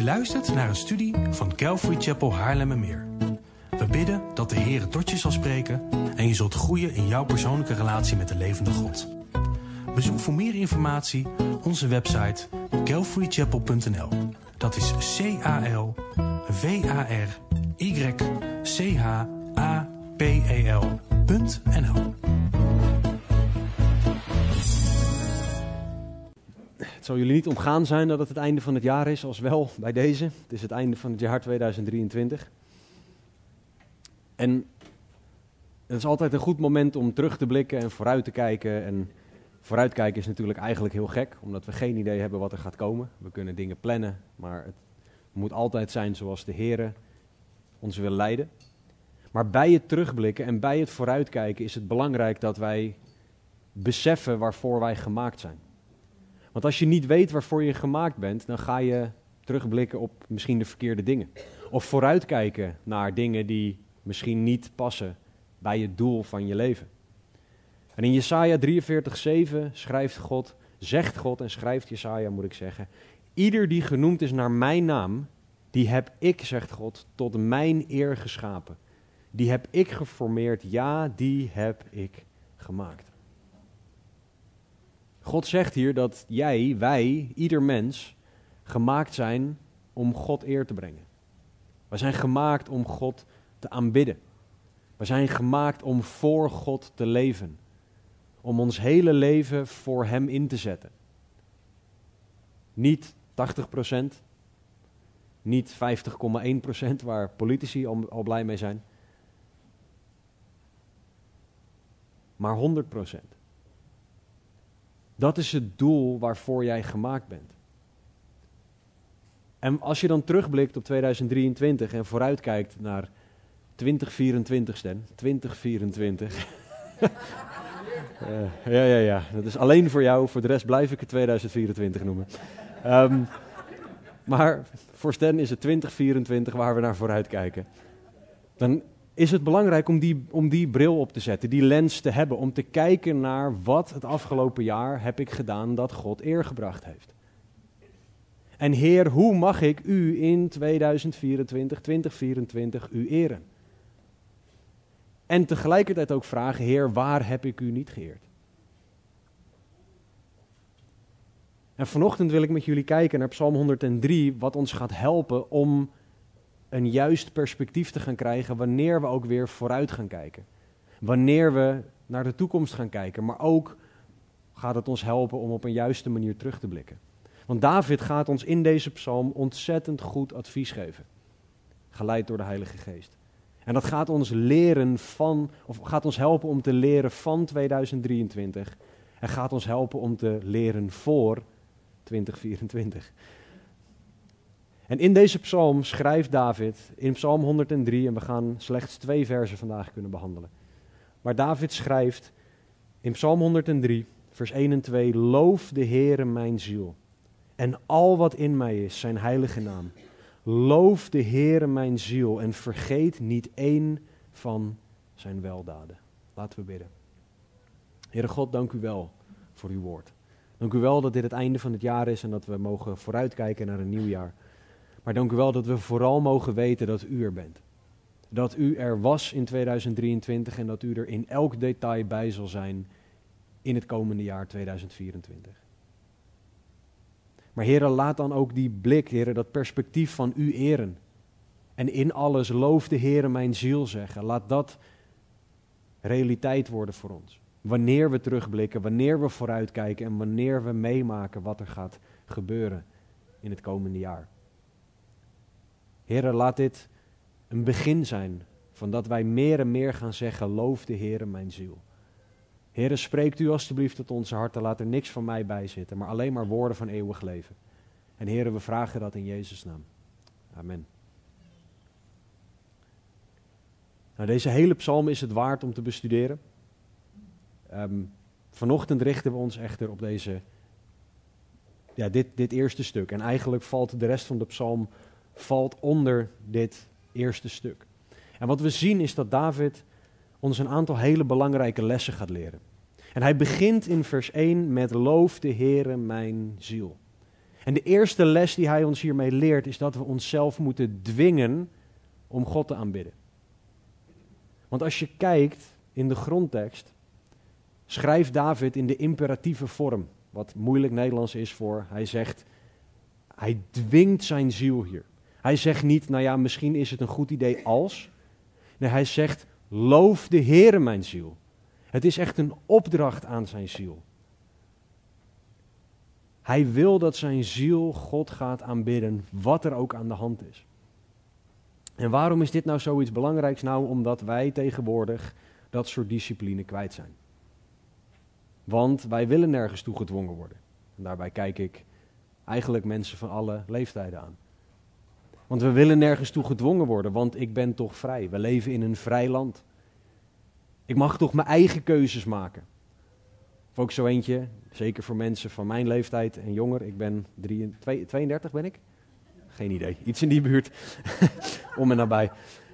luistert naar een studie van Calvary Chapel Haarlemmermeer. We bidden dat de Heer tot je zal spreken en je zult groeien in jouw persoonlijke relatie met de levende God. Bezoek voor meer informatie onze website calvarychapel.nl. Dat is CALVARYCHAPEL.nl. Het zal jullie niet ontgaan zijn dat het einde van het jaar is, als wel bij deze. Het is het einde van het jaar 2023. En het is altijd een goed moment om terug te blikken en vooruit te kijken. En vooruitkijken is natuurlijk eigenlijk heel gek, omdat we geen idee hebben wat er gaat komen. We kunnen dingen plannen, maar het moet altijd zijn zoals de Heer ons wil leiden. Maar bij het terugblikken en bij het vooruitkijken is het belangrijk dat wij beseffen waarvoor wij gemaakt zijn. Want als je niet weet waarvoor je gemaakt bent, dan ga je terugblikken op misschien de verkeerde dingen. Of vooruitkijken naar dingen die misschien niet passen bij het doel van je leven. En in Jesaja 43:7 zegt God en schrijft Jesaja, moet ik zeggen: ieder die genoemd is naar mijn naam, die heb ik, zegt God, tot mijn eer geschapen. Die heb ik geformeerd, ja, die heb ik gemaakt. God zegt hier dat wij, ieder mens, gemaakt zijn om God eer te brengen. We zijn gemaakt om God te aanbidden. We zijn gemaakt om voor God te leven. Om ons hele leven voor Hem in te zetten. Niet 80%, niet 50,1% waar politici al blij mee zijn. Maar 100%. Dat is het doel waarvoor jij gemaakt bent. En als je dan terugblikt op 2023 en vooruitkijkt naar 2024, Stan, 2024. Ja, dat is alleen voor jou, voor de rest blijf ik het 2024 noemen. Maar voor Stan is het 2024 waar we naar vooruitkijken. Dan is het belangrijk om die bril op te zetten, die lens te hebben, om te kijken naar wat het afgelopen jaar heb ik gedaan dat God eer gebracht heeft. En Heer, hoe mag ik u in 2024 u eren? En tegelijkertijd ook vragen, Heer, waar heb ik u niet geëerd? En vanochtend wil ik met jullie kijken naar Psalm 103, wat ons gaat helpen om een juist perspectief te gaan krijgen wanneer we ook weer vooruit gaan kijken. Wanneer we naar de toekomst gaan kijken, maar ook gaat het ons helpen om op een juiste manier terug te blikken. Want David gaat ons in deze psalm ontzettend goed advies geven, geleid door de Heilige Geest. En dat gaat ons gaat ons helpen om te leren van 2023 en gaat ons helpen om te leren voor 2024. En in deze psalm schrijft David, in psalm 103, en we gaan slechts 2 versen vandaag kunnen behandelen. Maar David schrijft in psalm 103, vers 1 en 2, loof de Heere mijn ziel en al wat in mij is, zijn heilige naam. Loof de Heere mijn ziel en vergeet niet één van zijn weldaden. Laten we bidden. Heere God, dank u wel voor uw woord. Dank u wel dat dit het einde van het jaar is en dat we mogen vooruitkijken naar een nieuw jaar. Maar dank u wel dat we vooral mogen weten dat u er bent. Dat u er was in 2023 en dat u er in elk detail bij zal zijn in het komende jaar 2024. Maar Heere, laat dan ook die blik, Heere, dat perspectief van u eren. En in alles loof de Heere mijn ziel zeggen. Laat dat realiteit worden voor ons. Wanneer we terugblikken, wanneer we vooruitkijken en wanneer we meemaken wat er gaat gebeuren in het komende jaar. Heere, laat dit een begin zijn van dat wij meer en meer gaan zeggen, loof de Heere mijn ziel. Heere, spreekt u alstublieft tot onze harten, laat er niks van mij bij zitten, maar alleen maar woorden van eeuwig leven. En Heere, we vragen dat in Jezus' naam. Amen. Nou, deze hele psalm is het waard om te bestuderen. Vanochtend richten we ons echter op dit eerste stuk. En eigenlijk valt de rest van de psalm onder dit eerste stuk. En wat we zien is dat David ons een aantal hele belangrijke lessen gaat leren. En hij begint in vers 1 met loof de Heere mijn ziel. En de eerste les die hij ons hiermee leert is dat we onszelf moeten dwingen om God te aanbidden. Want als je kijkt in de grondtekst, schrijft David in de imperatieve vorm, wat moeilijk Nederlands is voor, hij dwingt zijn ziel hier. Hij zegt niet, nou ja, misschien is het een goed idee als. Nee, hij zegt, loof de Heere mijn ziel. Het is echt een opdracht aan zijn ziel. Hij wil dat zijn ziel God gaat aanbidden, wat er ook aan de hand is. En waarom is dit nou zoiets belangrijks? Nou, omdat wij tegenwoordig dat soort discipline kwijt zijn. Want wij willen nergens toe gedwongen worden. En daarbij kijk ik eigenlijk mensen van alle leeftijden aan. Want we willen nergens toe gedwongen worden, want ik ben toch vrij. We leven in een vrij land. Ik mag toch mijn eigen keuzes maken. Of ook zo eentje, zeker voor mensen van mijn leeftijd en jonger. Ik ben 32 ben ik? Geen idee, iets in die buurt. Om en nabij.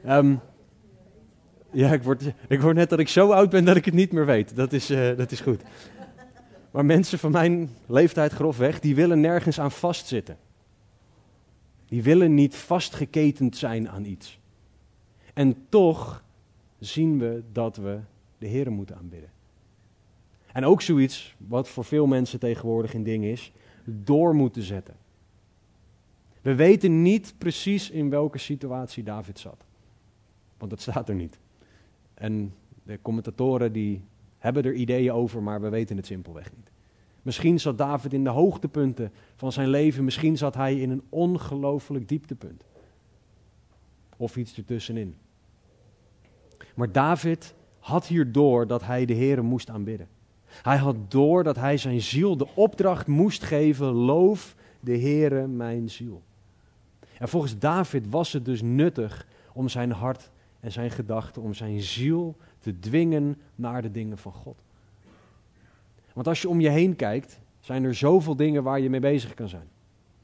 Ja, ik word net dat ik zo oud ben dat ik het niet meer weet. Dat is goed. Maar mensen van mijn leeftijd grofweg, die willen nergens aan vastzitten. Die willen niet vastgeketend zijn aan iets. En toch zien we dat we de Heere moeten aanbidden. En ook zoiets, wat voor veel mensen tegenwoordig een ding is, door moeten zetten. We weten niet precies in welke situatie David zat. Want dat staat er niet. En de commentatoren die hebben er ideeën over, maar we weten het simpelweg niet. Misschien zat David in de hoogtepunten van zijn leven. Misschien zat hij in een ongelooflijk dieptepunt. Of iets ertussenin. Maar David had hier door dat hij de Heere moest aanbidden. Hij had door dat hij zijn ziel de opdracht moest geven. Loof de Heere mijn ziel. En volgens David was het dus nuttig om zijn hart en zijn gedachten, om zijn ziel te dwingen naar de dingen van God. Want als je om je heen kijkt, zijn er zoveel dingen waar je mee bezig kan zijn.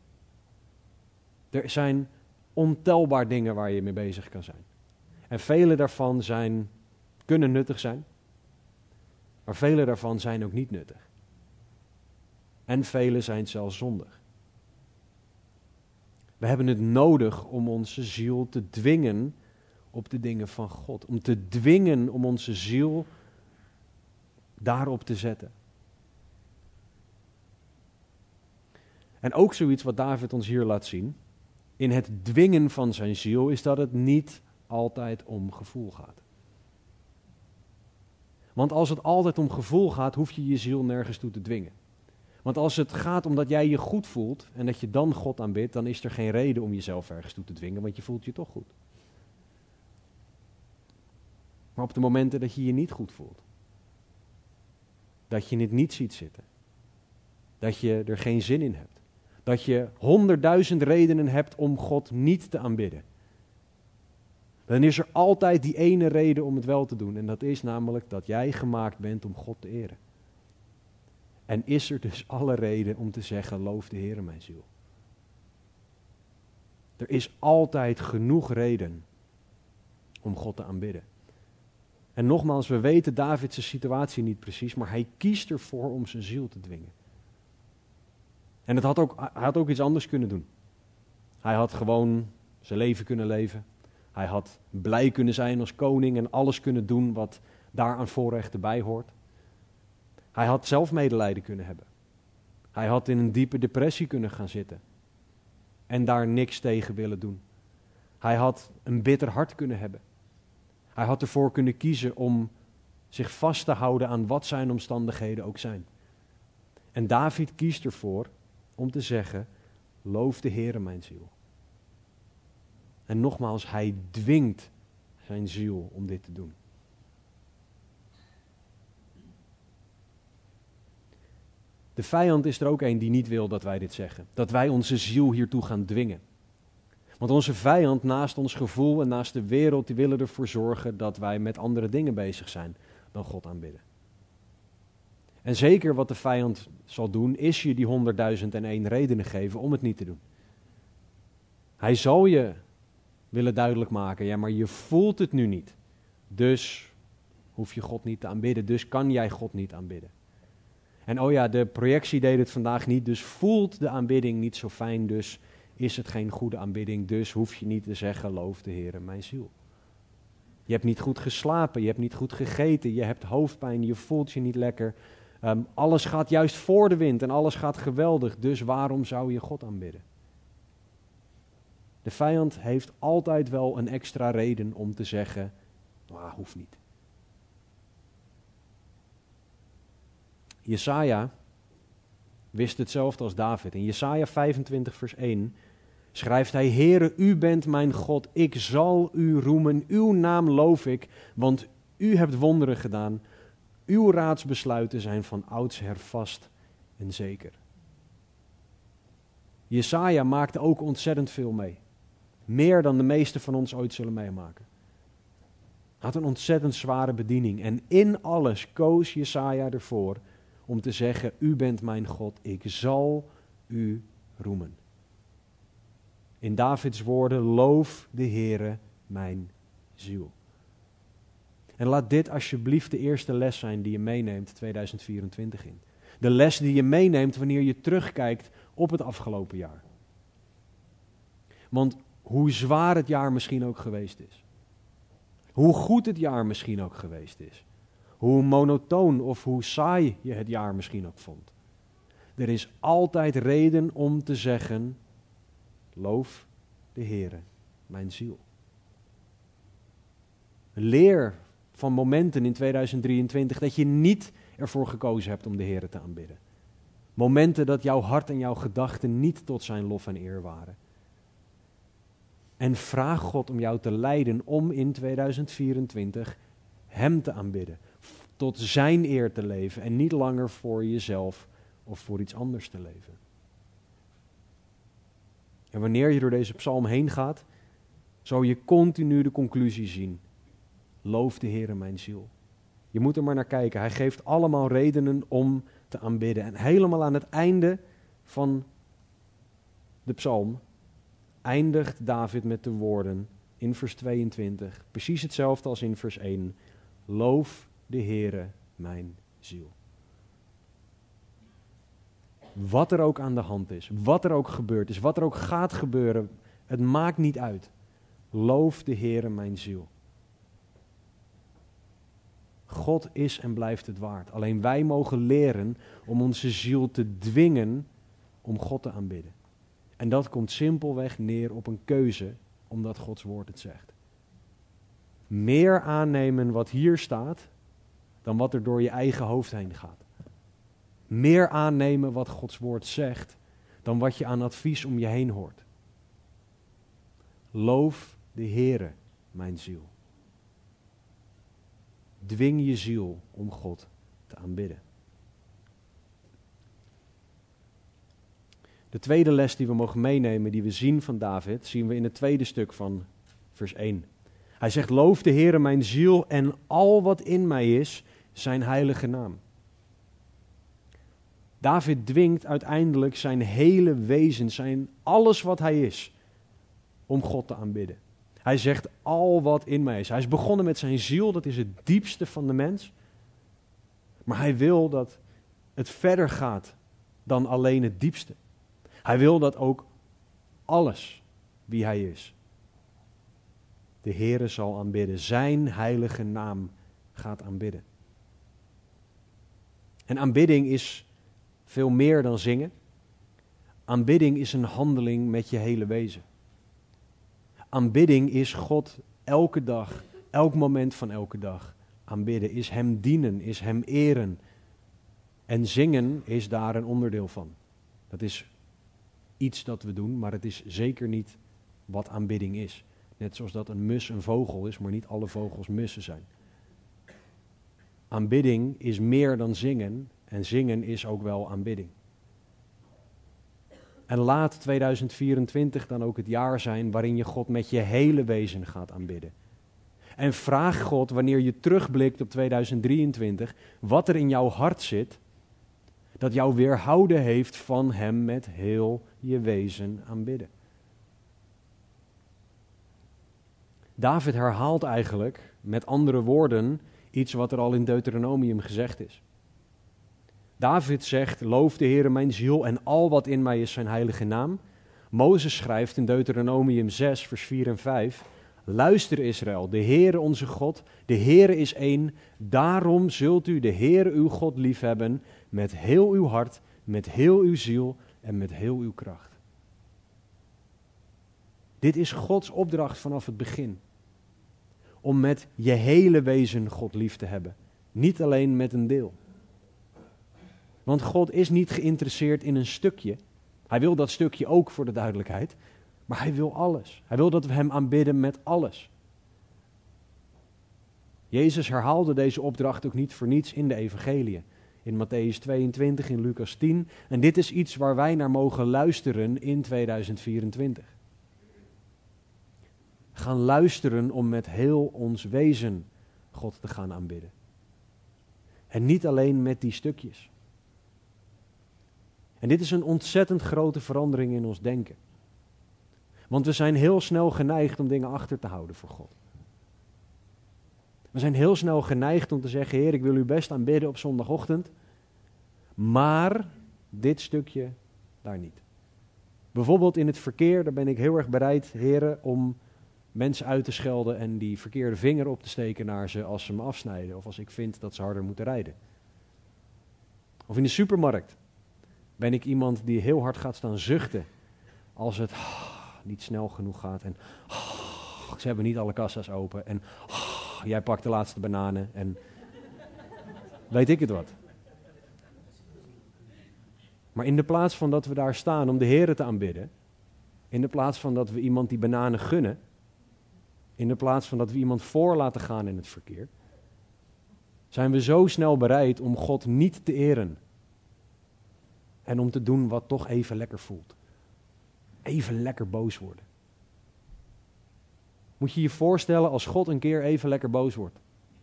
Er zijn ontelbaar dingen waar je mee bezig kan zijn. En vele daarvan kunnen nuttig zijn, maar vele daarvan zijn ook niet nuttig. En vele zijn zelfs zondig. We hebben het nodig om onze ziel te dwingen op de dingen van God. Om te dwingen om onze ziel daarop te zetten. En ook zoiets wat David ons hier laat zien, in het dwingen van zijn ziel, is dat het niet altijd om gevoel gaat. Want als het altijd om gevoel gaat, hoef je je ziel nergens toe te dwingen. Want als het gaat omdat jij je goed voelt en dat je dan God aanbidt, dan is er geen reden om jezelf ergens toe te dwingen, want je voelt je toch goed. Maar op de momenten dat je je niet goed voelt, dat je het niet ziet zitten, dat je er geen zin in hebt, dat je 100.000 redenen hebt om God niet te aanbidden, dan is er altijd die ene reden om het wel te doen. En dat is namelijk dat jij gemaakt bent om God te eren. En is er dus alle reden om te zeggen, loof de Heere mijn ziel. Er is altijd genoeg reden om God te aanbidden. En nogmaals, we weten Davids situatie niet precies, maar hij kiest ervoor om zijn ziel te dwingen. En hij had ook iets anders kunnen doen. Hij had gewoon zijn leven kunnen leven. Hij had blij kunnen zijn als koning en alles kunnen doen wat daar aan voorrechten bij hoort. Hij had zelf medelijden kunnen hebben. Hij had in een diepe depressie kunnen gaan zitten en daar niks tegen willen doen. Hij had een bitter hart kunnen hebben. Hij had ervoor kunnen kiezen om zich vast te houden aan wat zijn omstandigheden ook zijn. En David kiest ervoor om te zeggen, loof de Heere mijn ziel. En nogmaals, hij dwingt zijn ziel om dit te doen. De vijand is er ook een die niet wil dat wij dit zeggen. Dat wij onze ziel hiertoe gaan dwingen. Want onze vijand naast ons gevoel en naast de wereld, die willen ervoor zorgen dat wij met andere dingen bezig zijn dan God aanbidden. En zeker wat de vijand zal doen, is je die 100.001 redenen geven om het niet te doen. Hij zal je willen duidelijk maken, ja, maar je voelt het nu niet. Dus hoef je God niet te aanbidden, dus kan jij God niet aanbidden. En oh ja, de projectie deed het vandaag niet, dus voelt de aanbidding niet zo fijn, dus is het geen goede aanbidding, dus hoef je niet te zeggen, loof de Heere mijn ziel. Je hebt niet goed geslapen, je hebt niet goed gegeten, je hebt hoofdpijn, je voelt je niet lekker. Alles gaat juist voor de wind en alles gaat geweldig, dus waarom zou je God aanbidden? De vijand heeft altijd wel een extra reden om te zeggen, hoeft niet. Jesaja wist hetzelfde als David. In Jesaja 25 vers 1 schrijft hij, Heere, u bent mijn God, ik zal u roemen, uw naam loof ik, want u hebt wonderen gedaan. Uw raadsbesluiten zijn van oudsher vast en zeker. Jesaja maakte ook ontzettend veel mee. Meer dan de meesten van ons ooit zullen meemaken. Hij had een ontzettend zware bediening. En in alles koos Jesaja ervoor om te zeggen, u bent mijn God, ik zal u roemen. In Davids woorden, loof de Heere mijn ziel. En laat dit alsjeblieft de eerste les zijn die je meeneemt 2024 in. De les die je meeneemt wanneer je terugkijkt op het afgelopen jaar. Want hoe zwaar het jaar misschien ook geweest is. Hoe goed het jaar misschien ook geweest is. Hoe monotoon of hoe saai je het jaar misschien ook vond. Er is altijd reden om te zeggen, loof de Heere, mijn ziel. Leer van momenten in 2023 dat je niet ervoor gekozen hebt om de Heere te aanbidden. Momenten dat jouw hart en jouw gedachten niet tot zijn lof en eer waren. En vraag God om jou te leiden om in 2024 hem te aanbidden. Tot zijn eer te leven en niet langer voor jezelf of voor iets anders te leven. En wanneer je door deze psalm heen gaat, zal je continu de conclusie zien. Loof de Heere mijn ziel. Je moet er maar naar kijken. Hij geeft allemaal redenen om te aanbidden. En helemaal aan het einde van de psalm eindigt David met de woorden in vers 22. Precies hetzelfde als in vers 1. Loof de Heere mijn ziel. Wat er ook aan de hand is, wat er ook gebeurd is, wat er ook gaat gebeuren, het maakt niet uit. Loof de Heere mijn ziel. God is en blijft het waard. Alleen wij mogen leren om onze ziel te dwingen om God te aanbidden. En dat komt simpelweg neer op een keuze, omdat Gods woord het zegt. Meer aannemen wat hier staat, dan wat er door je eigen hoofd heen gaat. Meer aannemen wat Gods woord zegt, dan wat je aan advies om je heen hoort. Loof de Heere, mijn ziel. Dwing je ziel om God te aanbidden. De tweede les die we mogen meenemen, die we zien van David, zien we in het tweede stuk van vers 1. Hij zegt, loof de Heere mijn ziel en al wat in mij is, zijn heilige naam. David dwingt uiteindelijk zijn hele wezen, zijn alles wat hij is, om God te aanbidden. Hij zegt al wat in mij is. Hij is begonnen met zijn ziel, dat is het diepste van de mens. Maar hij wil dat het verder gaat dan alleen het diepste. Hij wil dat ook alles wie hij is, de Heere zal aanbidden. Zijn heilige naam gaat aanbidden. En aanbidding is veel meer dan zingen. Aanbidding is een handeling met je hele wezen. Aanbidding is God elke dag, elk moment van elke dag aanbidden. Is hem dienen, is hem eren. En zingen is daar een onderdeel van. Dat is iets dat we doen, maar het is zeker niet wat aanbidding is. Net zoals dat een mus een vogel is, maar niet alle vogels mussen zijn. Aanbidding is meer dan zingen en zingen is ook wel aanbidding. En laat 2024 dan ook het jaar zijn waarin je God met je hele wezen gaat aanbidden. En vraag God, wanneer je terugblikt op 2023, wat er in jouw hart zit, dat jou weerhouden heeft van hem met heel je wezen aanbidden. David herhaalt eigenlijk, met andere woorden, iets wat er al in Deuteronomium gezegd is. David zegt, loof de Heere mijn ziel en al wat in mij is zijn heilige naam. Mozes schrijft in Deuteronomium 6, vers 4 en 5, luister Israël, de Heere onze God, de Heere is één, daarom zult u de Heere uw God liefhebben met heel uw hart, met heel uw ziel en met heel uw kracht. Dit is Gods opdracht vanaf het begin. Om met je hele wezen God lief te hebben. Niet alleen met een deel. Want God is niet geïnteresseerd in een stukje. Hij wil dat stukje ook voor de duidelijkheid. Maar hij wil alles. Hij wil dat we hem aanbidden met alles. Jezus herhaalde deze opdracht ook niet voor niets in de evangeliën. In Matthäus 22, in Lucas 10. En dit is iets waar wij naar mogen luisteren in 2024. Gaan luisteren om met heel ons wezen God te gaan aanbidden. En niet alleen met die stukjes. En dit is een ontzettend grote verandering in ons denken. Want we zijn heel snel geneigd om dingen achter te houden voor God. We zijn heel snel geneigd om te zeggen, Heer, ik wil u best aanbidden op zondagochtend. Maar dit stukje daar niet. Bijvoorbeeld in het verkeer, daar ben ik heel erg bereid, Heer, om mensen uit te schelden en die verkeerde vinger op te steken naar ze als ze me afsnijden. Of als ik vind dat ze harder moeten rijden. Of in de supermarkt ben ik iemand die heel hard gaat staan zuchten als het niet snel genoeg gaat. En ze hebben niet alle kassa's open. En jij pakt de laatste bananen en weet ik het wat. Maar in de plaats van dat we daar staan om de Heere te aanbidden, in de plaats van dat we iemand die bananen gunnen, in de plaats van dat we iemand voor laten gaan in het verkeer, zijn we zo snel bereid om God niet te eren. En om te doen wat toch even lekker voelt. Even lekker boos worden. Moet je je voorstellen als God een keer even lekker boos wordt.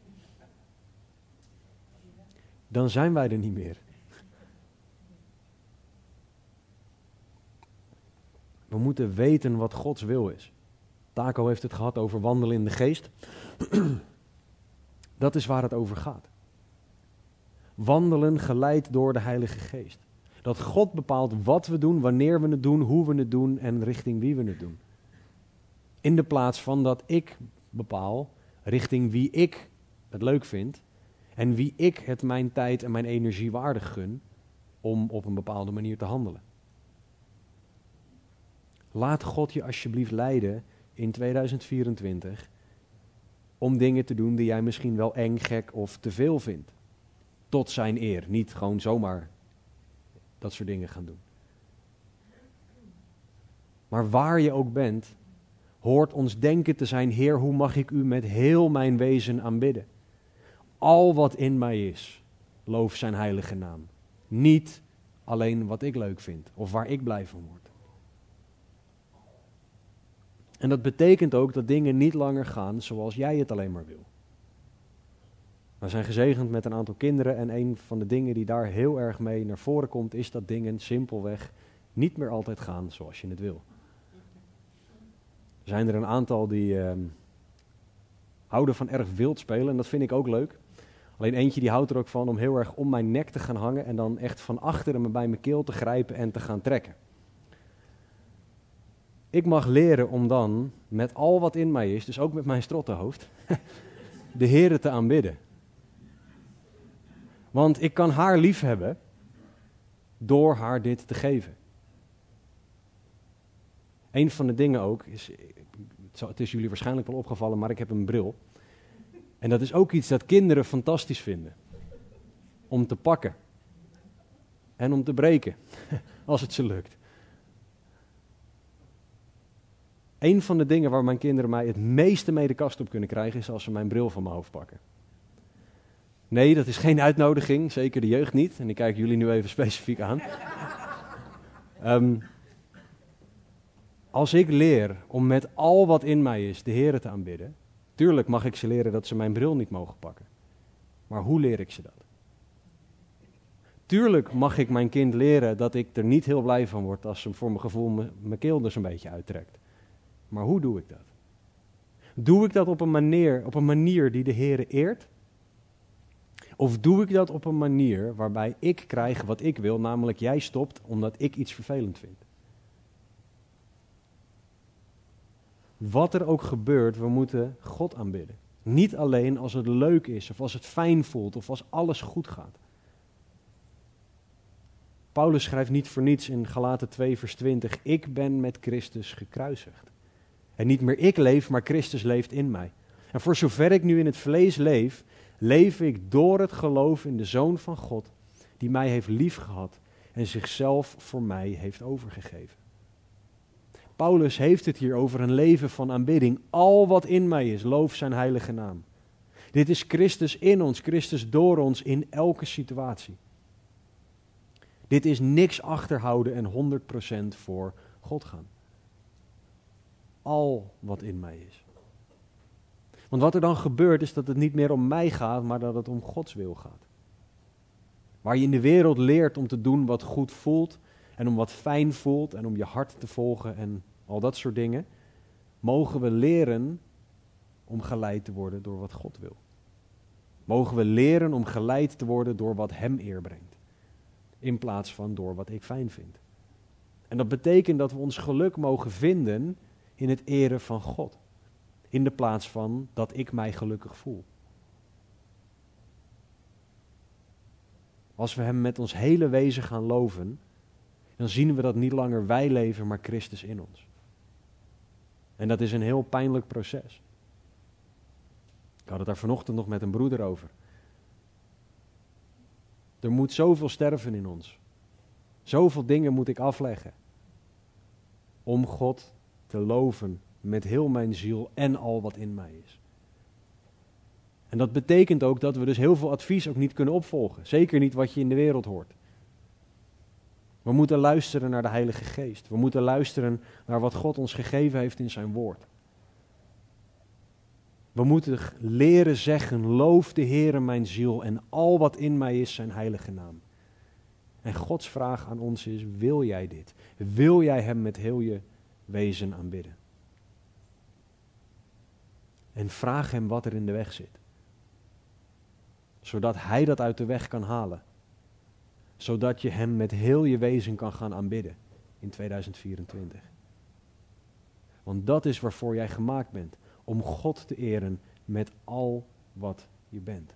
Dan zijn wij er niet meer. We moeten weten wat Gods wil is. Taco heeft het gehad over wandelen in de geest. Dat is waar het over gaat. Wandelen geleid door de Heilige Geest. Dat God bepaalt wat we doen, wanneer we het doen, hoe we het doen en richting wie we het doen. In de plaats van dat ik bepaal richting wie ik het leuk vind en wie ik het mijn tijd en mijn energie waardig gun om op een bepaalde manier te handelen. Laat God je alsjeblieft leiden in 2024 om dingen te doen die jij misschien wel eng, gek of te veel vindt. Tot zijn eer, niet gewoon zomaar dat soort dingen gaan doen. Maar waar je ook bent, hoort ons denken te zijn, Heer, hoe mag ik u met heel mijn wezen aanbidden? Al wat in mij is, loof zijn heilige naam. Niet alleen wat ik leuk vind of waar ik blij van word. En dat betekent ook dat dingen niet langer gaan zoals jij het alleen maar wil. We zijn gezegend met een aantal kinderen en een van de dingen die daar heel erg mee naar voren komt, is dat dingen simpelweg niet meer altijd gaan zoals je het wil. Er zijn er een aantal die houden van erg wild spelen en dat vind ik ook leuk. Alleen eentje die houdt er ook van om heel erg om mijn nek te gaan hangen en dan echt van achteren me bij mijn keel te grijpen en te gaan trekken. Ik mag leren om dan met al wat in mij is, dus ook met mijn strottenhoofd, de Heere te aanbidden. Want ik kan haar lief hebben door haar dit te geven. Een van de dingen ook, het is jullie waarschijnlijk wel opgevallen, maar ik heb een bril. En dat is ook iets dat kinderen fantastisch vinden. Om te pakken. En om te breken, als het ze lukt. Een van de dingen waar mijn kinderen mij het meeste mee de kast op kunnen krijgen, is als ze mijn bril van mijn hoofd pakken. Nee, dat is geen uitnodiging, zeker de jeugd niet. En ik kijk jullie nu even specifiek aan. Als ik leer om met al wat in mij is de Heere te aanbidden, tuurlijk mag ik ze leren dat ze mijn bril niet mogen pakken. Maar hoe leer ik ze dat? Tuurlijk mag ik mijn kind leren dat ik er niet heel blij van word als ze voor mijn gevoel mijn keel dus een beetje uittrekt. Maar hoe doe ik dat? Doe ik dat op een manier die de Heere eert? Of doe ik dat op een manier waarbij ik krijg wat ik wil, namelijk jij stopt omdat ik iets vervelend vind? Wat er ook gebeurt, we moeten God aanbidden. Niet alleen als het leuk is, of als het fijn voelt, of als alles goed gaat. Paulus schrijft niet voor niets in Galaten 2 vers 20, ik ben met Christus gekruisigd. En niet meer ik leef, maar Christus leeft in mij. En voor zover ik nu in het vlees leef, leef ik door het geloof in de Zoon van God, die mij heeft liefgehad en zichzelf voor mij heeft overgegeven. Paulus heeft het hier over een leven van aanbidding. Al wat in mij is, loof zijn heilige naam. Dit is Christus in ons, Christus door ons in elke situatie. Dit is niks achterhouden en 100% voor God gaan. Al wat in mij is. Want wat er dan gebeurt is dat het niet meer om mij gaat, maar dat het om Gods wil gaat. Waar je in de wereld leert om te doen wat goed voelt en om wat fijn voelt en om je hart te volgen en al dat soort dingen, mogen we leren om geleid te worden door wat God wil. Mogen we leren om geleid te worden door wat Hem eer brengt, in plaats van door wat ik fijn vind. En dat betekent dat we ons geluk mogen vinden in het eren van God, in de plaats van dat ik mij gelukkig voel. Als we Hem met ons hele wezen gaan loven, dan zien we dat niet langer wij leven, maar Christus in ons. En dat is een heel pijnlijk proces. Ik had het daar vanochtend nog met een broeder over. Er moet zoveel sterven in ons. Zoveel dingen moet ik afleggen. Om God te loven met heel mijn ziel en al wat in mij is. En dat betekent ook dat we dus heel veel advies ook niet kunnen opvolgen. Zeker niet wat je in de wereld hoort. We moeten luisteren naar de Heilige Geest. We moeten luisteren naar wat God ons gegeven heeft in zijn woord. We moeten leren zeggen, loof de Heere mijn ziel en al wat in mij is zijn heilige naam. En Gods vraag aan ons is, wil jij dit? Wil jij Hem met heel je wezen aanbidden? En vraag Hem wat er in de weg zit. Zodat Hij dat uit de weg kan halen. Zodat je Hem met heel je wezen kan gaan aanbidden in 2024. Want dat is waarvoor jij gemaakt bent. Om God te eren met al wat je bent.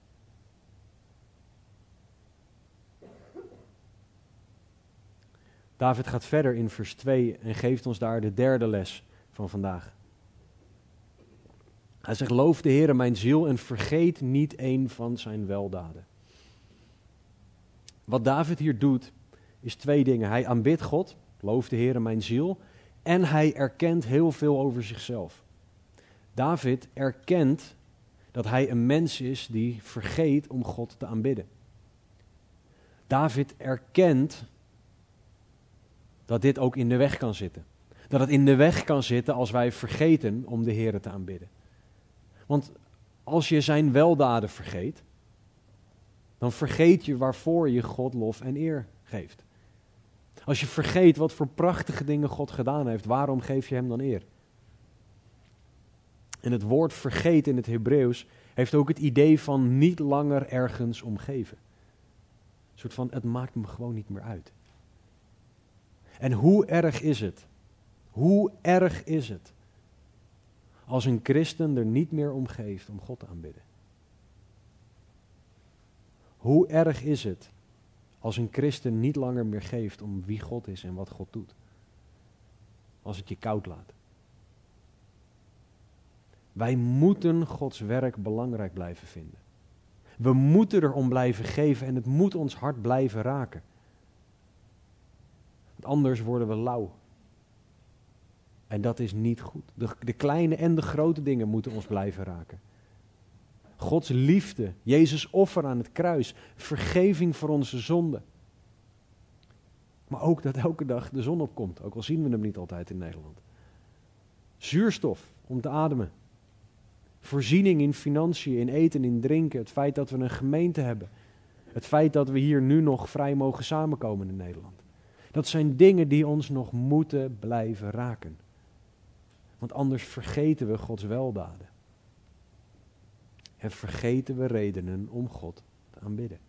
David gaat verder in vers 2 en geeft ons daar de derde les van vandaag. Hij zegt, loof de Heere mijn ziel en vergeet niet een van zijn weldaden. Wat David hier doet, is twee dingen. Hij aanbidt God, loof de Heere mijn ziel, en hij erkent heel veel over zichzelf. David erkent dat hij een mens is die vergeet om God te aanbidden. David erkent dat dit ook in de weg kan zitten. Dat het in de weg kan zitten als wij vergeten om de Heere te aanbidden. Want als je zijn weldaden vergeet, dan vergeet je waarvoor je God lof en eer geeft. Als je vergeet wat voor prachtige dingen God gedaan heeft, waarom geef je Hem dan eer? En het woord vergeet in het Hebreeuws heeft ook het idee van niet langer ergens om geven. Een soort van, het maakt me gewoon niet meer uit. En hoe erg is het? Hoe erg is het als een christen er niet meer om geeft om God te aanbidden? Hoe erg is het als een christen niet langer meer geeft om wie God is en wat God doet? Als het je koud laat. Wij moeten Gods werk belangrijk blijven vinden. We moeten erom blijven geven en het moet ons hart blijven raken. Want anders worden we lauw. En dat is niet goed. De kleine en de grote dingen moeten ons blijven raken. Gods liefde, Jezus' offer aan het kruis, vergeving voor onze zonden. Maar ook dat elke dag de zon opkomt, ook al zien we hem niet altijd in Nederland. Zuurstof om te ademen. Voorziening in financiën, in eten, in drinken. Het feit dat we een gemeente hebben. Het feit dat we hier nu nog vrij mogen samenkomen in Nederland. Dat zijn dingen die ons nog moeten blijven raken. Want anders vergeten we Gods weldaden. En vergeten we redenen om God aanbidden.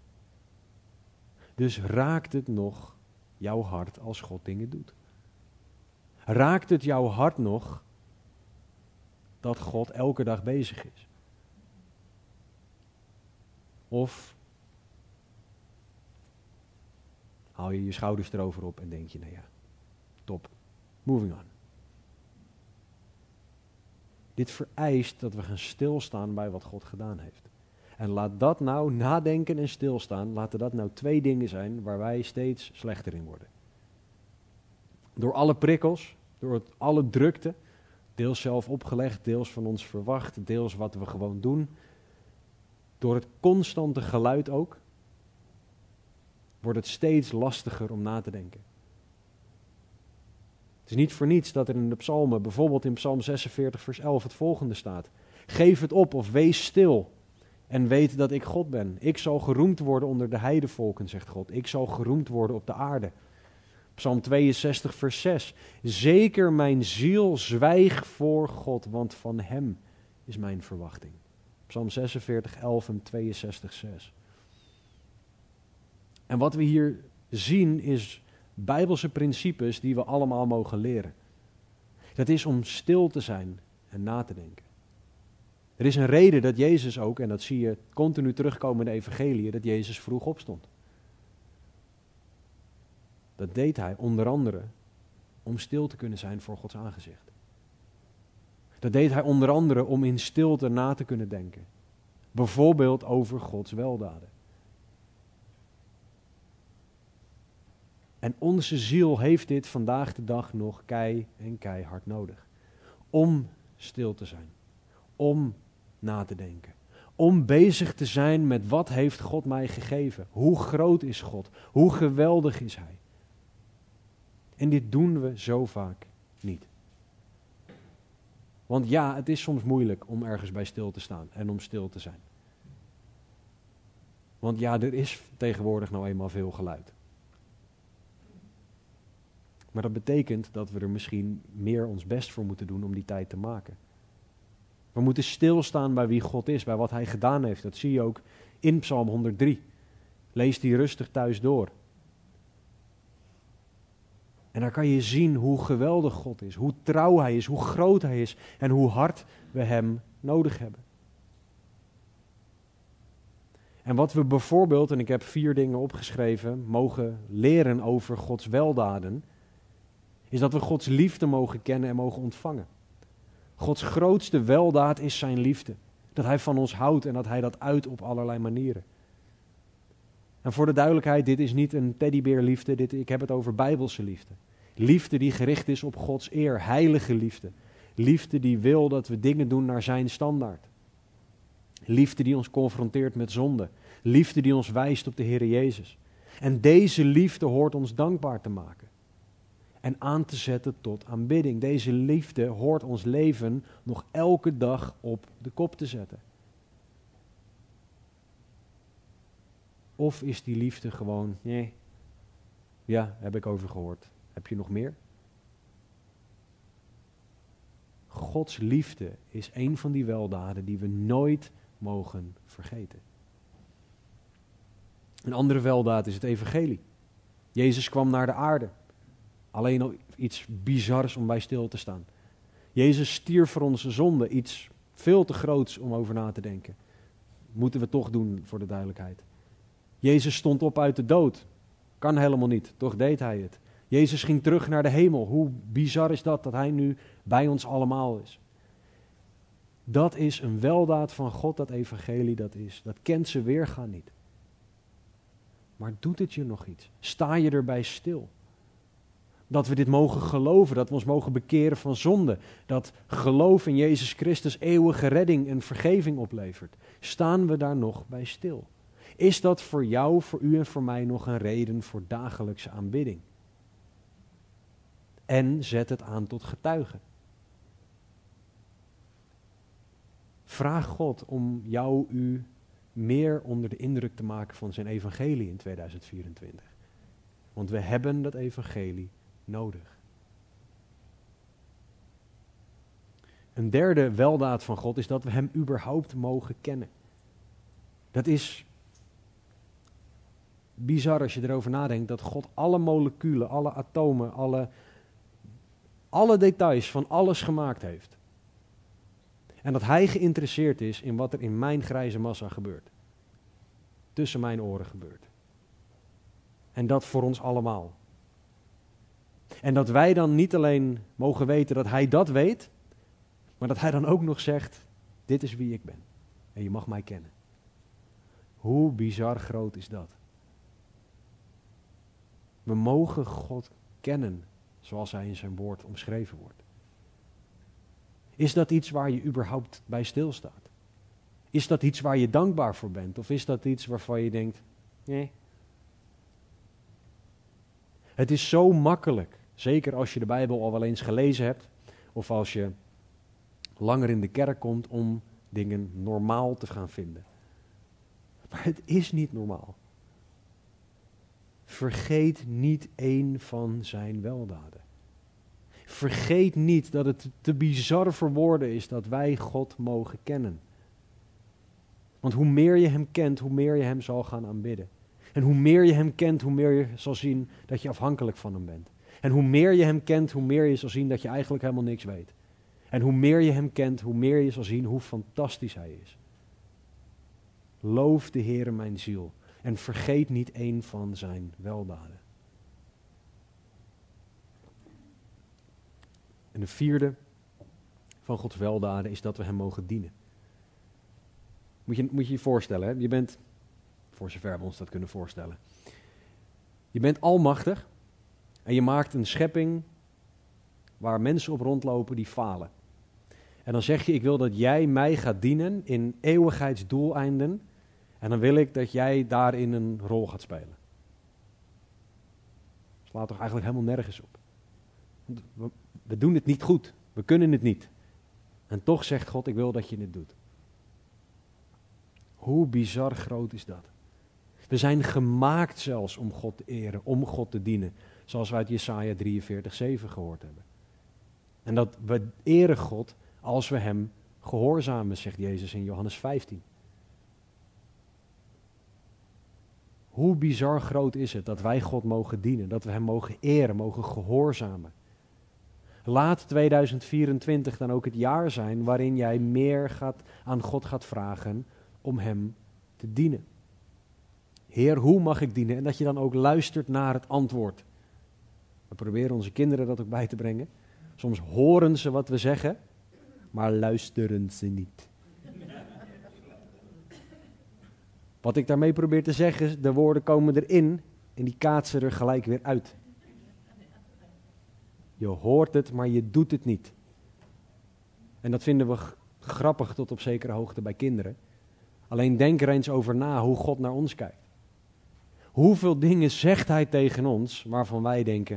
Dus raakt het nog jouw hart als God dingen doet? Raakt het jouw hart nog dat God elke dag bezig is? Of haal je je schouders erover op en denk je, nou ja, top, moving on. Dit vereist dat we gaan stilstaan bij wat God gedaan heeft. En laat dat nou, nadenken en stilstaan, laten dat nou 2 dingen zijn waar wij steeds slechter in worden. Door alle prikkels, door alle drukte, deels zelf opgelegd, deels van ons verwacht, deels wat we gewoon doen. Door het constante geluid ook, wordt het steeds lastiger om na te denken. Het is niet voor niets dat er in de psalmen, bijvoorbeeld in Psalm 46 vers 11 het volgende staat. Geef het op of wees stil en weet dat ik God ben. Ik zal geroemd worden onder de heidevolken, zegt God. Ik zal geroemd worden op de aarde. Psalm 62 vers 6. Zeker mijn ziel zwijg voor God, want van hem is mijn verwachting. Psalm 46, 11 en 62, 6. En wat we hier zien is Bijbelse principes die we allemaal mogen leren. Dat is om stil te zijn en na te denken. Er is een reden dat Jezus ook, en dat zie je continu terugkomen in de evangeliën, dat Jezus vroeg opstond. Dat deed hij onder andere om stil te kunnen zijn voor Gods aangezicht. Dat deed hij onder andere om in stilte na te kunnen denken. Bijvoorbeeld over Gods weldaden. En onze ziel heeft dit vandaag de dag nog keihard nodig. Om stil te zijn. Om na te denken. Om bezig te zijn met wat heeft God mij gegeven. Hoe groot is God? Hoe geweldig is Hij? En dit doen we zo vaak niet. Want ja, het is soms moeilijk om ergens bij stil te staan en om stil te zijn. Want ja, er is tegenwoordig nou eenmaal veel geluid. Maar dat betekent dat we er misschien meer ons best voor moeten doen om die tijd te maken. We moeten stilstaan bij wie God is, bij wat Hij gedaan heeft. Dat zie je ook in Psalm 103. Lees die rustig thuis door. En daar kan je zien hoe geweldig God is, hoe trouw Hij is, hoe groot Hij is en hoe hard we Hem nodig hebben. En wat we bijvoorbeeld, en ik heb 4 dingen opgeschreven, mogen leren over Gods weldaden, is dat we Gods liefde mogen kennen en mogen ontvangen. Gods grootste weldaad is zijn liefde. Dat Hij van ons houdt en dat Hij dat uit op allerlei manieren. En voor de duidelijkheid, dit is niet een teddybeerliefde, ik heb het over bijbelse liefde. Liefde die gericht is op Gods eer, heilige liefde. Liefde die wil dat we dingen doen naar zijn standaard. Liefde die ons confronteert met zonde. Liefde die ons wijst op de Heer Jezus. En deze liefde hoort ons dankbaar te maken. En aan te zetten tot aanbidding. Deze liefde hoort ons leven nog elke dag op de kop te zetten. Of is die liefde gewoon, nee, ja, heb ik over gehoord. Heb je nog meer? Gods liefde is een van die weldaden die we nooit mogen vergeten. Een andere weldaad is het evangelie. Jezus kwam naar de aarde. Alleen al iets bizars om bij stil te staan. Jezus stierf voor onze zonde. Iets veel te groots om over na te denken. Moeten we toch doen, voor de duidelijkheid. Jezus stond op uit de dood. Kan helemaal niet, toch deed Hij het. Jezus ging terug naar de hemel. Hoe bizar is dat Hij nu bij ons allemaal is. Dat is een weldaad van God, dat evangelie dat kent zijn weergaan niet. Maar doet het je nog iets? Sta je erbij stil? Dat we dit mogen geloven, dat we ons mogen bekeren van zonde. Dat geloof in Jezus Christus eeuwige redding en vergeving oplevert. Staan we daar nog bij stil? Is dat voor jou, voor u en voor mij nog een reden voor dagelijkse aanbidding? En zet het aan tot getuigen. Vraag God om u meer onder de indruk te maken van zijn evangelie in 2024. Want we hebben dat evangelie nodig. Een derde weldaad van God is dat we Hem überhaupt mogen kennen. Dat is bizar als je erover nadenkt dat God alle moleculen, alle atomen, alle details van alles gemaakt heeft. En dat hij geïnteresseerd is in wat er in mijn grijze massa gebeurt. Tussen mijn oren gebeurt. En dat voor ons allemaal. En dat wij dan niet alleen mogen weten dat hij dat weet, maar dat hij dan ook nog zegt, dit is wie ik ben. En je mag mij kennen. Hoe bizar groot is dat? We mogen God kennen zoals hij in zijn woord omschreven wordt. Is dat iets waar je überhaupt bij stilstaat? Is dat iets waar je dankbaar voor bent? Of is dat iets waarvan je denkt, nee. Het is zo makkelijk, zeker als je de Bijbel al wel eens gelezen hebt, of als je langer in de kerk komt, om dingen normaal te gaan vinden. Maar het is niet normaal. Vergeet niet één van zijn weldaden. Vergeet niet dat het te bizar voor woorden is dat wij God mogen kennen. Want hoe meer je hem kent, hoe meer je hem zal gaan aanbidden. En hoe meer je hem kent, hoe meer je zal zien dat je afhankelijk van hem bent. En hoe meer je hem kent, hoe meer je zal zien dat je eigenlijk helemaal niks weet. En hoe meer je hem kent, hoe meer je zal zien hoe fantastisch hij is. Loof de Heere mijn ziel en vergeet niet één van zijn weldaden. En de vierde van Gods weldaden is dat we hem mogen dienen. Moet je je voorstellen, hè? Je bent, voor zover we ons dat kunnen voorstellen, je bent almachtig en je maakt een schepping waar mensen op rondlopen die falen. En dan zeg je, ik wil dat jij mij gaat dienen in eeuwigheidsdoeleinden en dan wil ik dat jij daarin een rol gaat spelen. Dat slaat toch eigenlijk helemaal nergens op. We doen het niet goed, we kunnen het niet. En toch zegt God, ik wil dat je het doet. Hoe bizar groot is dat? We zijn gemaakt zelfs om God te eren, om God te dienen. Zoals we uit Jesaja 43:7 gehoord hebben. En dat we eren God als we hem gehoorzamen, zegt Jezus in Johannes 15. Hoe bizar groot is het dat wij God mogen dienen, dat we hem mogen eren, mogen gehoorzamen. Laat 2024 dan ook het jaar zijn waarin jij meer aan God gaat vragen om hem te dienen. Heer, hoe mag ik dienen? En dat je dan ook luistert naar het antwoord. We proberen onze kinderen dat ook bij te brengen. Soms horen ze wat we zeggen, maar luisteren ze niet. Wat ik daarmee probeer te zeggen, de woorden komen erin en die kaatsen er gelijk weer uit. Je hoort het, maar je doet het niet. En dat vinden we grappig tot op zekere hoogte bij kinderen. Alleen denk er eens over na hoe God naar ons kijkt. Hoeveel dingen zegt hij tegen ons waarvan wij denken,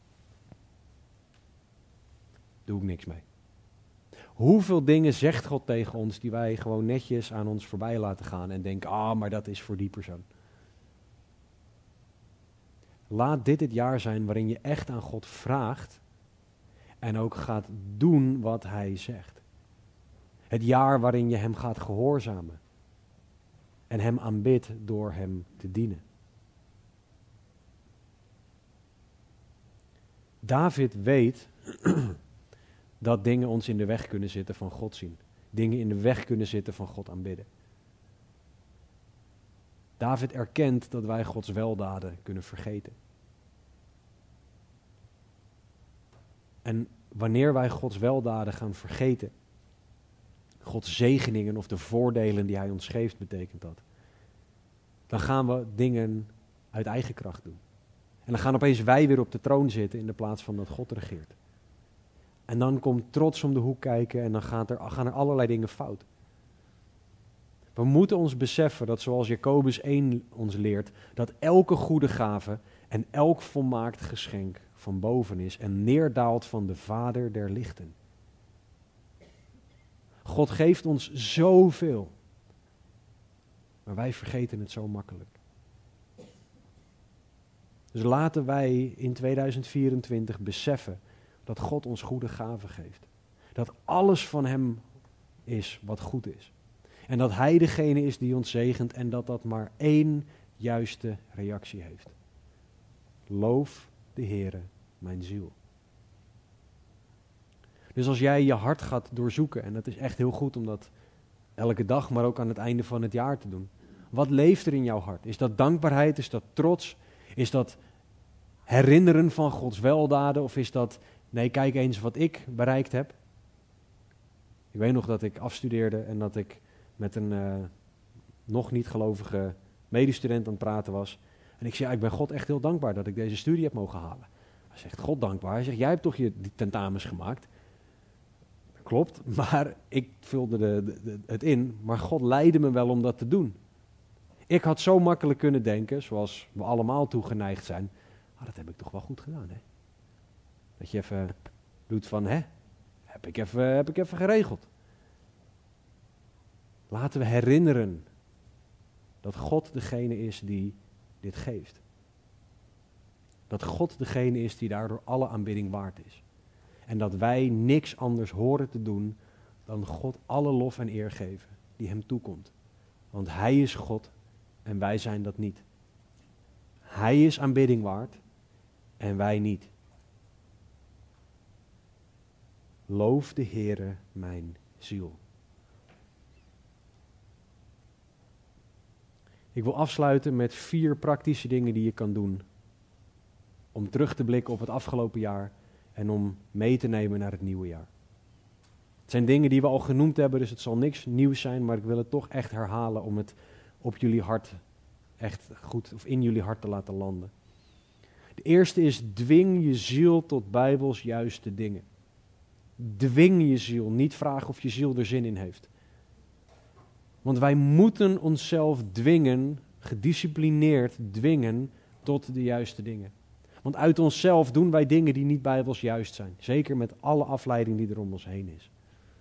doe ik niks mee. Hoeveel dingen zegt God tegen ons die wij gewoon netjes aan ons voorbij laten gaan en denken, maar dat is voor die persoon. Laat dit het jaar zijn waarin je echt aan God vraagt en ook gaat doen wat hij zegt. Het jaar waarin je hem gaat gehoorzamen en hem aanbidt door hem te dienen. David weet dat dingen ons in de weg kunnen zitten van God zien. Dingen in de weg kunnen zitten van God aanbidden. David erkent dat wij Gods weldaden kunnen vergeten. En wanneer wij Gods weldaden gaan vergeten, Gods zegeningen of de voordelen die hij ons geeft, betekent dat. Dan gaan we dingen uit eigen kracht doen. En dan gaan opeens wij weer op de troon zitten in de plaats van dat God regeert. En dan komt trots om de hoek kijken en dan gaan er allerlei dingen fout. We moeten ons beseffen dat zoals Jacobus 1 ons leert, dat elke goede gave en elk volmaakt geschenk van boven is en neerdaalt van de Vader der lichten. God geeft ons zoveel, maar wij vergeten het zo makkelijk. Dus laten wij in 2024 beseffen dat God ons goede gaven geeft. Dat alles van hem is wat goed is. En dat hij degene is die ons zegent en dat dat maar 1 juiste reactie heeft. Loof de Heere, mijn ziel. Dus als jij je hart gaat doorzoeken, en dat is echt heel goed om dat elke dag, maar ook aan het einde van het jaar te doen. Wat leeft er in jouw hart? Is dat dankbaarheid? Is dat trots? Is dat herinneren van Gods weldaden? Of is dat, nee, kijk eens wat ik bereikt heb? Ik weet nog dat ik afstudeerde en dat ik met een nog niet gelovige medestudent aan het praten was. En ik zei, ja, ik ben God echt heel dankbaar dat ik deze studie heb mogen halen. Hij zegt, God dankbaar? Hij zegt, jij hebt toch die tentamens gemaakt? Klopt, maar ik vulde het in. Maar God leidde me wel om dat te doen. Ik had zo makkelijk kunnen denken, zoals we allemaal toegeneigd zijn. Dat heb ik toch wel goed gedaan, hè? Dat je even doet van, heb ik even geregeld. Laten we herinneren dat God degene is die dit geeft. Dat God degene is die daardoor alle aanbidding waard is. En dat wij niks anders horen te doen dan God alle lof en eer geven die hem toekomt. Want hij is God en wij zijn dat niet. Hij is aanbidding waard en wij niet. Loof de Heere mijn ziel. Ik wil afsluiten met 4 praktische dingen die je kan doen om terug te blikken op het afgelopen jaar en om mee te nemen naar het nieuwe jaar. Het zijn dingen die we al genoemd hebben, dus het zal niks nieuws zijn, maar ik wil het toch echt herhalen om het op jullie hart echt goed, of in jullie hart te laten landen. De eerste is, dwing je ziel tot Bijbels juiste dingen. Dwing je ziel, niet vragen of je ziel er zin in heeft. Want wij moeten onszelf dwingen, gedisciplineerd dwingen tot de juiste dingen. Want uit onszelf doen wij dingen die niet Bijbels juist zijn. Zeker met alle afleiding die er om ons heen is.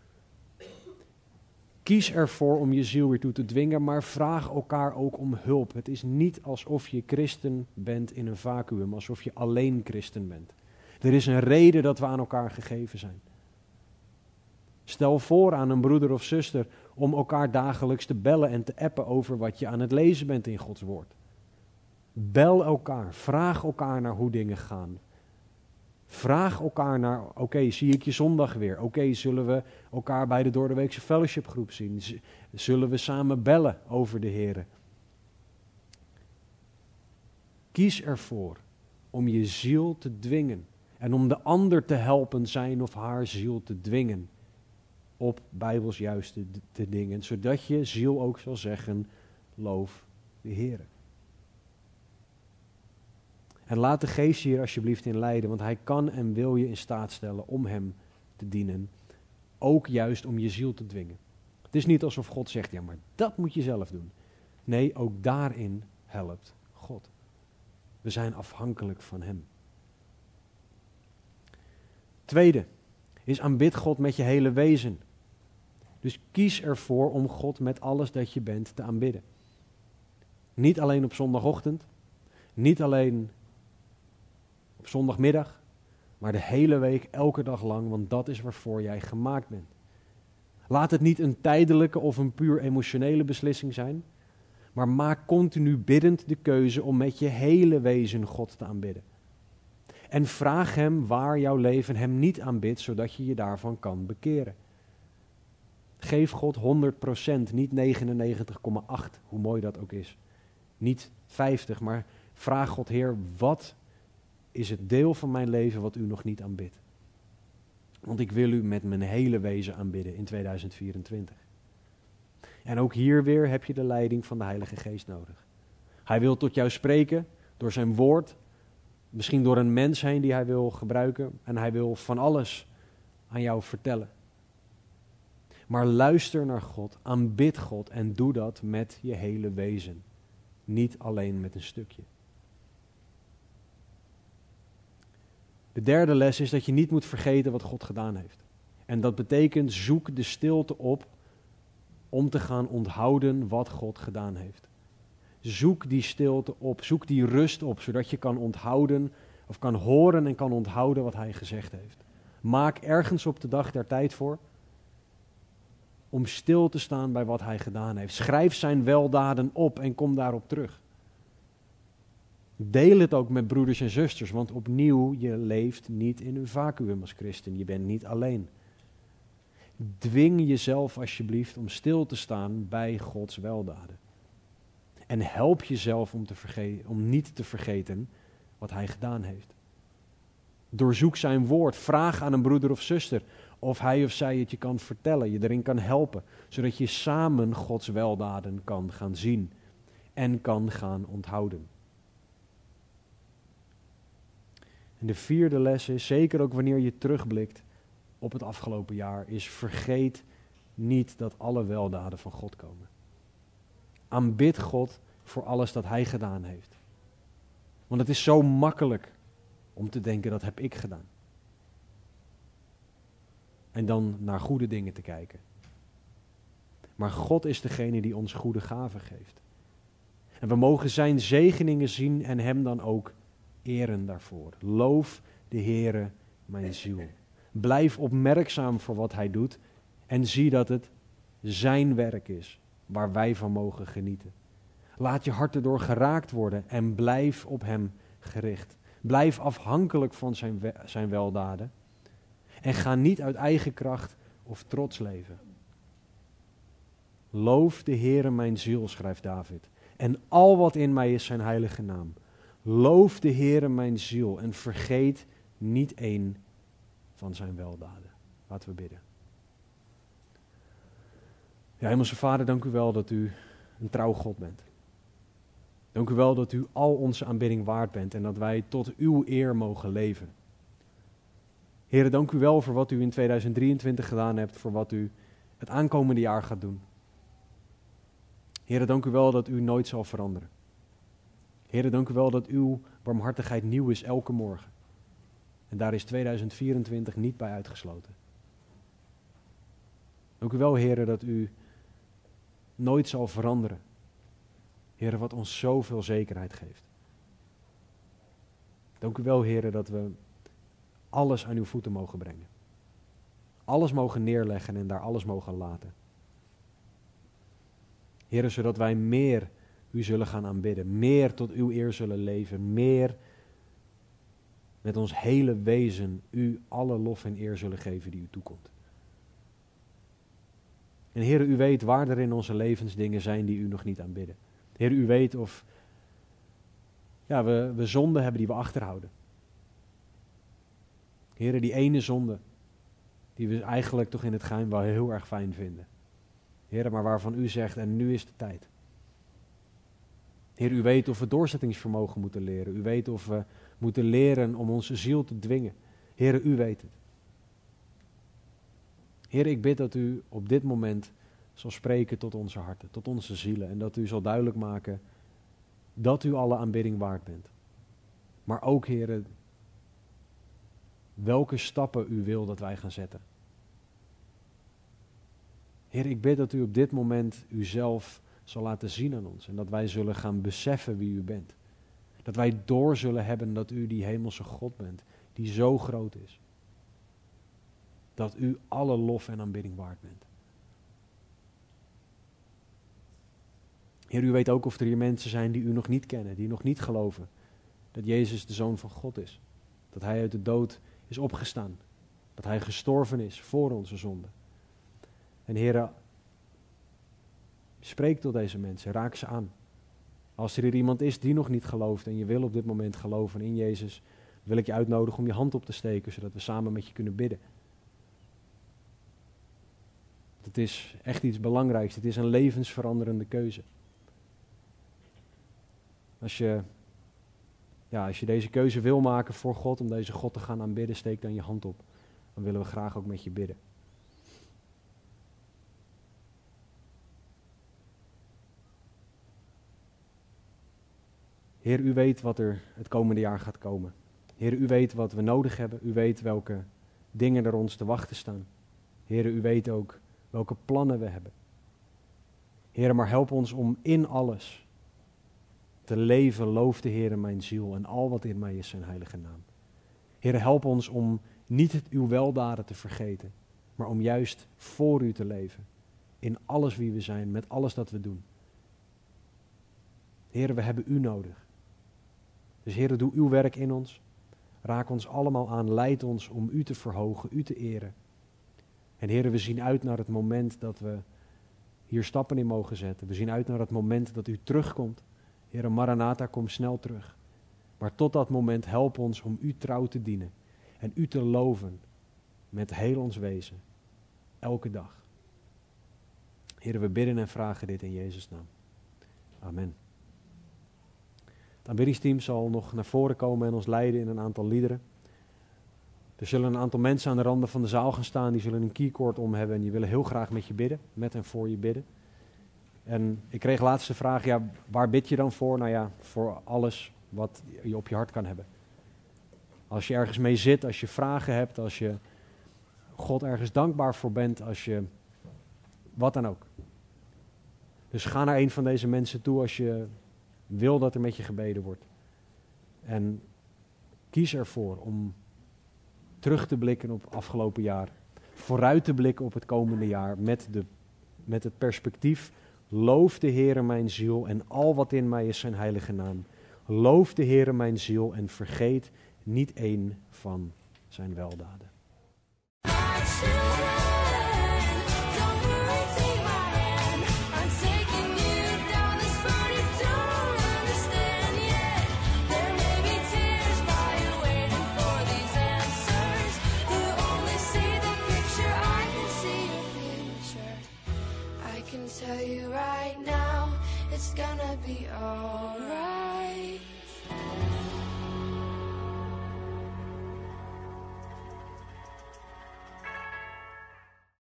Kies ervoor om je ziel weer toe te dwingen, maar vraag elkaar ook om hulp. Het is niet alsof je christen bent in een vacuüm, alsof je alleen christen bent. Er is een reden dat we aan elkaar gegeven zijn. Stel voor aan een broeder of zuster om elkaar dagelijks te bellen en te appen over wat je aan het lezen bent in Gods woord. Bel elkaar, vraag elkaar naar hoe dingen gaan. Vraag elkaar naar, oké, zie ik je zondag weer? Oké, zullen we elkaar bij de doordeweekse fellowshipgroep zien? Zullen we samen bellen over de Here? Kies ervoor om je ziel te dwingen en om de ander te helpen zijn of haar ziel te dwingen op Bijbels juiste dingen, zodat je ziel ook zal zeggen, loof de Here. En laat de Geest je hier alsjeblieft in leiden, want hij kan en wil je in staat stellen om hem te dienen. Ook juist om je ziel te dwingen. Het is niet alsof God zegt, ja maar dat moet je zelf doen. Nee, ook daarin helpt God. We zijn afhankelijk van hem. Tweede is aanbid God met je hele wezen. Dus kies ervoor om God met alles dat je bent te aanbidden. Niet alleen op zondagochtend, niet alleen op zondagmiddag, maar de hele week, elke dag lang, want dat is waarvoor jij gemaakt bent. Laat het niet een tijdelijke of een puur emotionele beslissing zijn, maar maak continu biddend de keuze om met je hele wezen God te aanbidden. En vraag hem waar jouw leven hem niet aanbidt, zodat je je daarvan kan bekeren. Geef God 100%, niet 99,8, hoe mooi dat ook is. Niet 50, maar vraag God, Heer, wat is het deel van mijn leven wat u nog niet aanbidt? Want ik wil u met mijn hele wezen aanbidden in 2024. En ook hier weer heb je de leiding van de Heilige Geest nodig. Hij wil tot jou spreken door zijn woord, misschien door een mens heen die hij wil gebruiken. En hij wil van alles aan jou vertellen. Maar luister naar God, aanbid God en doe dat met je hele wezen. Niet alleen met een stukje. De derde les is dat je niet moet vergeten wat God gedaan heeft. En dat betekent, zoek de stilte op om te gaan onthouden wat God gedaan heeft. Zoek die stilte op, zoek die rust op, zodat je kan onthouden of kan horen en kan onthouden wat hij gezegd heeft. Maak ergens op de dag der tijd voor om stil te staan bij wat hij gedaan heeft. Schrijf zijn weldaden op en kom daarop terug. Deel het ook met broeders en zusters, want opnieuw, je leeft niet in een vacuüm als christen. Je bent niet alleen. Dwing jezelf alsjeblieft om stil te staan bij Gods weldaden. En help jezelf om niet te vergeten wat hij gedaan heeft. Doorzoek zijn woord. Vraag aan een broeder of zuster of hij of zij het je kan vertellen, je erin kan helpen. Zodat je samen Gods weldaden kan gaan zien en kan gaan onthouden. En de vierde les is, zeker ook wanneer je terugblikt op het afgelopen jaar, is vergeet niet dat alle weldaden van God komen. Aanbid God voor alles dat hij gedaan heeft. Want het is zo makkelijk om te denken, dat heb ik gedaan. En dan naar goede dingen te kijken. Maar God is degene die ons goede gaven geeft. En we mogen zijn zegeningen zien en hem dan ook eren daarvoor. Loof de Heere, mijn ziel. Blijf opmerkzaam voor wat hij doet en zie dat het zijn werk is waar wij van mogen genieten. Laat je hart erdoor geraakt worden en blijf op hem gericht. Blijf afhankelijk van zijn weldaden en ga niet uit eigen kracht of trots leven. Loof de Heere mijn ziel, schrijft David, en al wat in mij is zijn heilige naam. Loof de Heere mijn ziel en vergeet niet één van zijn weldaden. Laten we bidden. Ja, Hemelse Vader, dank u wel dat u een trouw God bent. Dank u wel dat u al onze aanbidding waard bent en dat wij tot uw eer mogen leven. Heere, dank u wel voor wat u in 2023 gedaan hebt, voor wat u het aankomende jaar gaat doen. Heere, dank u wel dat u nooit zal veranderen. Heere, dank u wel dat uw barmhartigheid nieuw is elke morgen. En daar is 2024 niet bij uitgesloten. Dank u wel, Heere, dat u nooit zal veranderen. Heere, wat ons zoveel zekerheid geeft. Dank u wel, Heere, dat we alles aan uw voeten mogen brengen. Alles mogen neerleggen en daar alles mogen laten. Heere, zodat wij meer u zullen gaan aanbidden, meer tot uw eer zullen leven, meer met ons hele wezen u alle lof en eer zullen geven die u toekomt. En Heere, u weet waar er in onze levens dingen zijn die u nog niet aanbidden. Heer, u weet of we zonden hebben die we achterhouden. Heer, die ene zonde die we eigenlijk toch in het geheim wel heel erg fijn vinden. Heer, maar waarvan u zegt, en nu is de tijd. Heer, u weet of we doorzettingsvermogen moeten leren. U weet of we moeten leren om onze ziel te dwingen. Heer, u weet het. Heer, ik bid dat u op dit moment zal spreken tot onze harten, tot onze zielen. En dat u zal duidelijk maken dat u alle aanbidding waard bent. Maar ook, Heer, welke stappen u wil dat wij gaan zetten. Heer, ik bid dat u op dit moment uzelf zal laten zien aan ons. En dat wij zullen gaan beseffen wie u bent. Dat wij door zullen hebben dat u die hemelse God bent, die zo groot is. Dat u alle lof en aanbidding waard bent. Heer, u weet ook of er hier mensen zijn die u nog niet kennen, die nog niet geloven dat Jezus de Zoon van God is. Dat hij uit de dood is opgestaan. Dat hij gestorven is voor onze zonde. En Heer, spreek tot deze mensen, raak ze aan. Als er hier iemand is die nog niet gelooft en je wil op dit moment geloven in Jezus, wil ik je uitnodigen om je hand op te steken, zodat we samen met je kunnen bidden. Het is echt iets belangrijks. Het is een levensveranderende keuze. Als je deze keuze wil maken voor God, om deze God te gaan aanbidden, steek dan je hand op. Dan willen we graag ook met je bidden. Heer, u weet wat er het komende jaar gaat komen. Heer, u weet wat we nodig hebben. U weet welke dingen er ons te wachten staan. Heer, u weet ook welke plannen we hebben. Heer, maar help ons om in alles te leven. Loof de Heer mijn ziel en al wat in mij is zijn heilige naam. Heer, help ons om niet uw weldaden te vergeten, maar om juist voor u te leven. In alles wie we zijn, met alles dat we doen. Heer, we hebben u nodig. Dus Heere, doe uw werk in ons. Raak ons allemaal aan, leid ons om u te verhogen, u te eren. En Heere, we zien uit naar het moment dat we hier stappen in mogen zetten. We zien uit naar het moment dat u terugkomt. Heere, Maranatha, kom snel terug. Maar tot dat moment help ons om u trouw te dienen. En u te loven met heel ons wezen. Elke dag. Heere, we bidden en vragen dit in Jezus' naam. Amen. Het aanbiddingsteam zal nog naar voren komen en ons leiden in een aantal liederen. Er zullen een aantal mensen aan de randen van de zaal gaan staan. Die zullen een keycord om hebben en die willen heel graag met je bidden. Met en voor je bidden. En ik kreeg laatst de vraag, ja, waar bid je dan voor? Nou ja, voor alles wat je op je hart kan hebben. Als je ergens mee zit, als je vragen hebt, als je God ergens dankbaar voor bent, als je wat dan ook. Dus ga naar een van deze mensen toe als je wil dat er met je gebeden wordt. En kies ervoor om terug te blikken op het afgelopen jaar. Vooruit te blikken op het komende jaar met het perspectief: loof de Heere mijn ziel en al wat in mij is zijn heilige naam. Loof de Heere mijn ziel en vergeet niet één van zijn weldaden. Tell you right now, it's gonna be alright.